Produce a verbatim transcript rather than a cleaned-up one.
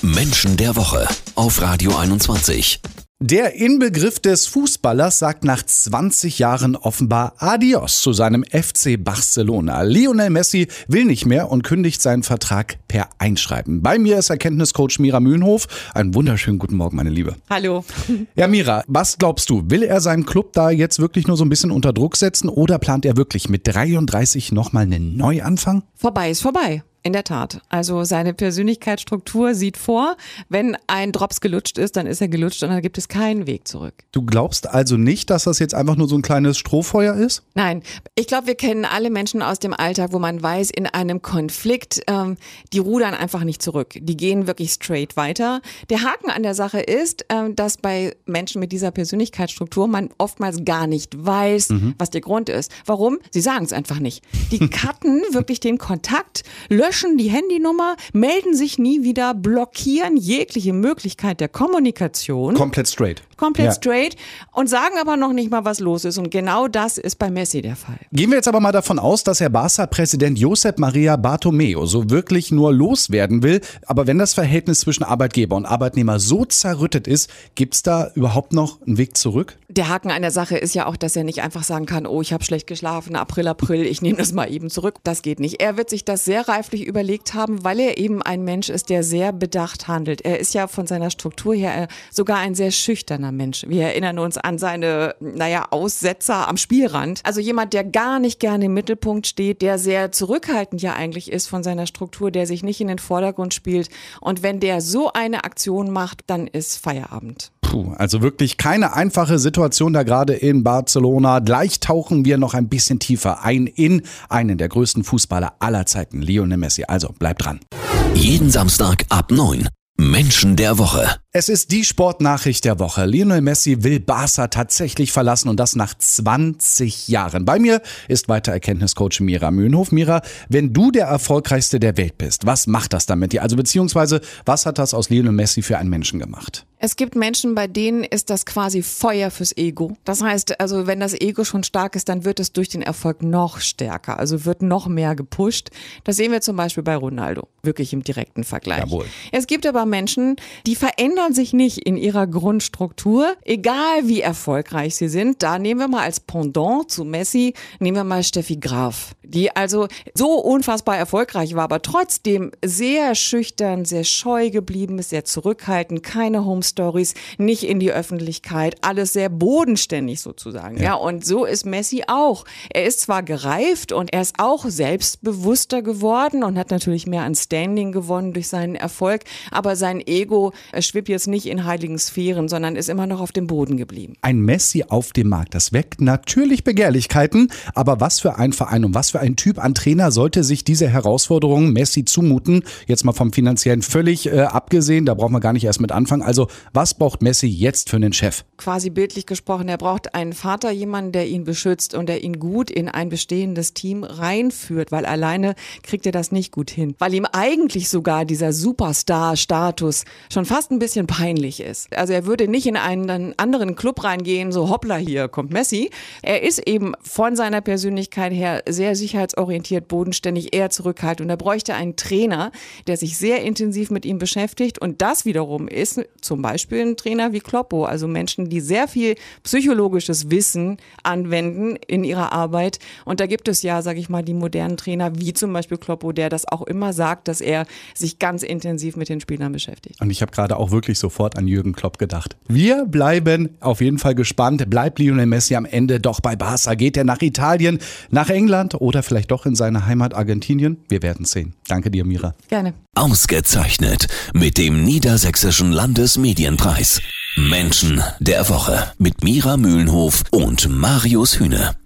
Menschen der Woche auf Radio einundzwanzig. Der Inbegriff des Fußballers sagt nach zwanzig Jahren offenbar Adios zu seinem F C Barcelona. Lionel Messi will nicht mehr und kündigt seinen Vertrag per Einschreiben. Bei mir ist Erkenntniscoach Mira Mühlenhof. Einen wunderschönen guten Morgen, meine Liebe. Hallo. Ja, Mira, was glaubst du? Will er seinen Club da jetzt wirklich nur so ein bisschen unter Druck setzen oder plant er wirklich mit dreiunddreißig nochmal einen Neuanfang? Vorbei ist vorbei. In der Tat. Also seine Persönlichkeitsstruktur sieht vor, wenn ein Drops gelutscht ist, dann ist er gelutscht und dann gibt es keinen Weg zurück. Du glaubst also nicht, dass das jetzt einfach nur so ein kleines Strohfeuer ist? Nein, ich glaube, wir kennen alle Menschen aus dem Alltag, wo man weiß, in einem Konflikt, ähm, die rudern einfach nicht zurück. Die gehen wirklich straight weiter. Der Haken an der Sache ist, ähm, dass bei Menschen mit dieser Persönlichkeitsstruktur man oftmals gar nicht weiß, mhm. was der Grund ist. Warum? Sie sagen es einfach nicht. Die cutten wirklich den Kontakt, löschen die Handynummer, melden sich nie wieder, blockieren jegliche Möglichkeit der Kommunikation. Komplett straight. Komplett ja. straight und sagen aber noch nicht mal, was los ist. Und genau das ist bei Messi der Fall. Gehen wir jetzt aber mal davon aus, dass Herr Barca-Präsident Josep Maria Bartomeu so wirklich nur loswerden will. Aber wenn das Verhältnis zwischen Arbeitgeber und Arbeitnehmer so zerrüttet ist, gibt es da überhaupt noch einen Weg zurück? Der Haken an der Sache ist ja auch, dass er nicht einfach sagen kann, oh, ich habe schlecht geschlafen, April, April, ich nehme das mal eben zurück. Das geht nicht. Er wird sich das sehr reiflich überlegt haben, weil er eben ein Mensch ist, der sehr bedacht handelt. Er ist ja von seiner Struktur her sogar ein sehr schüchterner Mensch. Wir erinnern uns an seine, naja, Aussetzer am Spielrand. Also jemand, der gar nicht gerne im Mittelpunkt steht, der sehr zurückhaltend ja eigentlich ist von seiner Struktur, der sich nicht in den Vordergrund spielt. Und wenn der so eine Aktion macht, dann ist Feierabend. Puh, also wirklich keine einfache Situation da gerade in Barcelona. Gleich tauchen wir noch ein bisschen tiefer ein in einen der größten Fußballer aller Zeiten, Lionel Messi. Also bleibt dran. Jeden Samstag ab neun. Menschen der Woche. Es ist die Sportnachricht der Woche. Lionel Messi will Barca tatsächlich verlassen und das nach zwanzig Jahren. Bei mir ist weiter Erkenntniscoach Mira Mühlenhof. Mira, wenn du der Erfolgreichste der Welt bist, was macht das dann mit dir? Also beziehungsweise, was hat das aus Lionel Messi für einen Menschen gemacht? Es gibt Menschen, bei denen ist das quasi Feuer fürs Ego. Das heißt, also wenn das Ego schon stark ist, dann wird es durch den Erfolg noch stärker, also wird noch mehr gepusht. Das sehen wir zum Beispiel bei Ronaldo, wirklich im direkten Vergleich. Jawohl. Es gibt aber Menschen, die verändern sich nicht in ihrer Grundstruktur, egal wie erfolgreich sie sind. Da nehmen wir mal als Pendant zu Messi, nehmen wir mal Steffi Graf, die also so unfassbar erfolgreich war, aber trotzdem sehr schüchtern, sehr scheu geblieben ist, sehr zurückhaltend, keine Home Stories, nicht in die Öffentlichkeit, alles sehr bodenständig sozusagen. Ja. ja, und so ist Messi auch. Er ist zwar gereift und er ist auch selbstbewusster geworden und hat natürlich mehr an Standing gewonnen durch seinen Erfolg, aber sein Ego schwippt jetzt nicht in heiligen Sphären, sondern ist immer noch auf dem Boden geblieben. Ein Messi auf dem Markt, das weckt natürlich Begehrlichkeiten, aber was für ein Verein und was für ein Typ an Trainer sollte sich diese Herausforderung Messi zumuten? Jetzt mal vom Finanziellen völlig äh, abgesehen, da brauchen wir gar nicht erst mit anfangen. Also was braucht Messi jetzt für einen Chef? Quasi bildlich gesprochen, er braucht einen Vater, jemanden, der ihn beschützt und der ihn gut in ein bestehendes Team reinführt, weil alleine kriegt er das nicht gut hin. Weil ihm eigentlich sogar dieser Superstar-Status schon fast ein bisschen peinlich ist. Also er würde nicht in einen anderen Club reingehen, so hoppla, hier kommt Messi. Er ist eben von seiner Persönlichkeit her sehr sicherheitsorientiert, bodenständig, eher zurückhaltend. Und er bräuchte einen Trainer, der sich sehr intensiv mit ihm beschäftigt. Und das wiederum ist zum Beispiel ein Trainer wie Kloppo, also Menschen, die sehr viel psychologisches Wissen anwenden in ihrer Arbeit. Und da gibt es ja, sage ich mal, die modernen Trainer, wie zum Beispiel Kloppo, der das auch immer sagt, dass er sich ganz intensiv mit den Spielern beschäftigt. Und ich habe gerade auch wirklich sofort an Jürgen Klopp gedacht. Wir bleiben auf jeden Fall gespannt. Bleibt Lionel Messi am Ende doch bei Barca? Geht er nach Italien, nach England oder vielleicht doch in seine Heimat Argentinien? Wir werden es sehen. Danke dir, Mira. Gerne. Ausgezeichnet mit dem Niedersächsischen Landesmedienpreis. Menschen der Woche mit Mira Mühlenhof und Marius Hühne.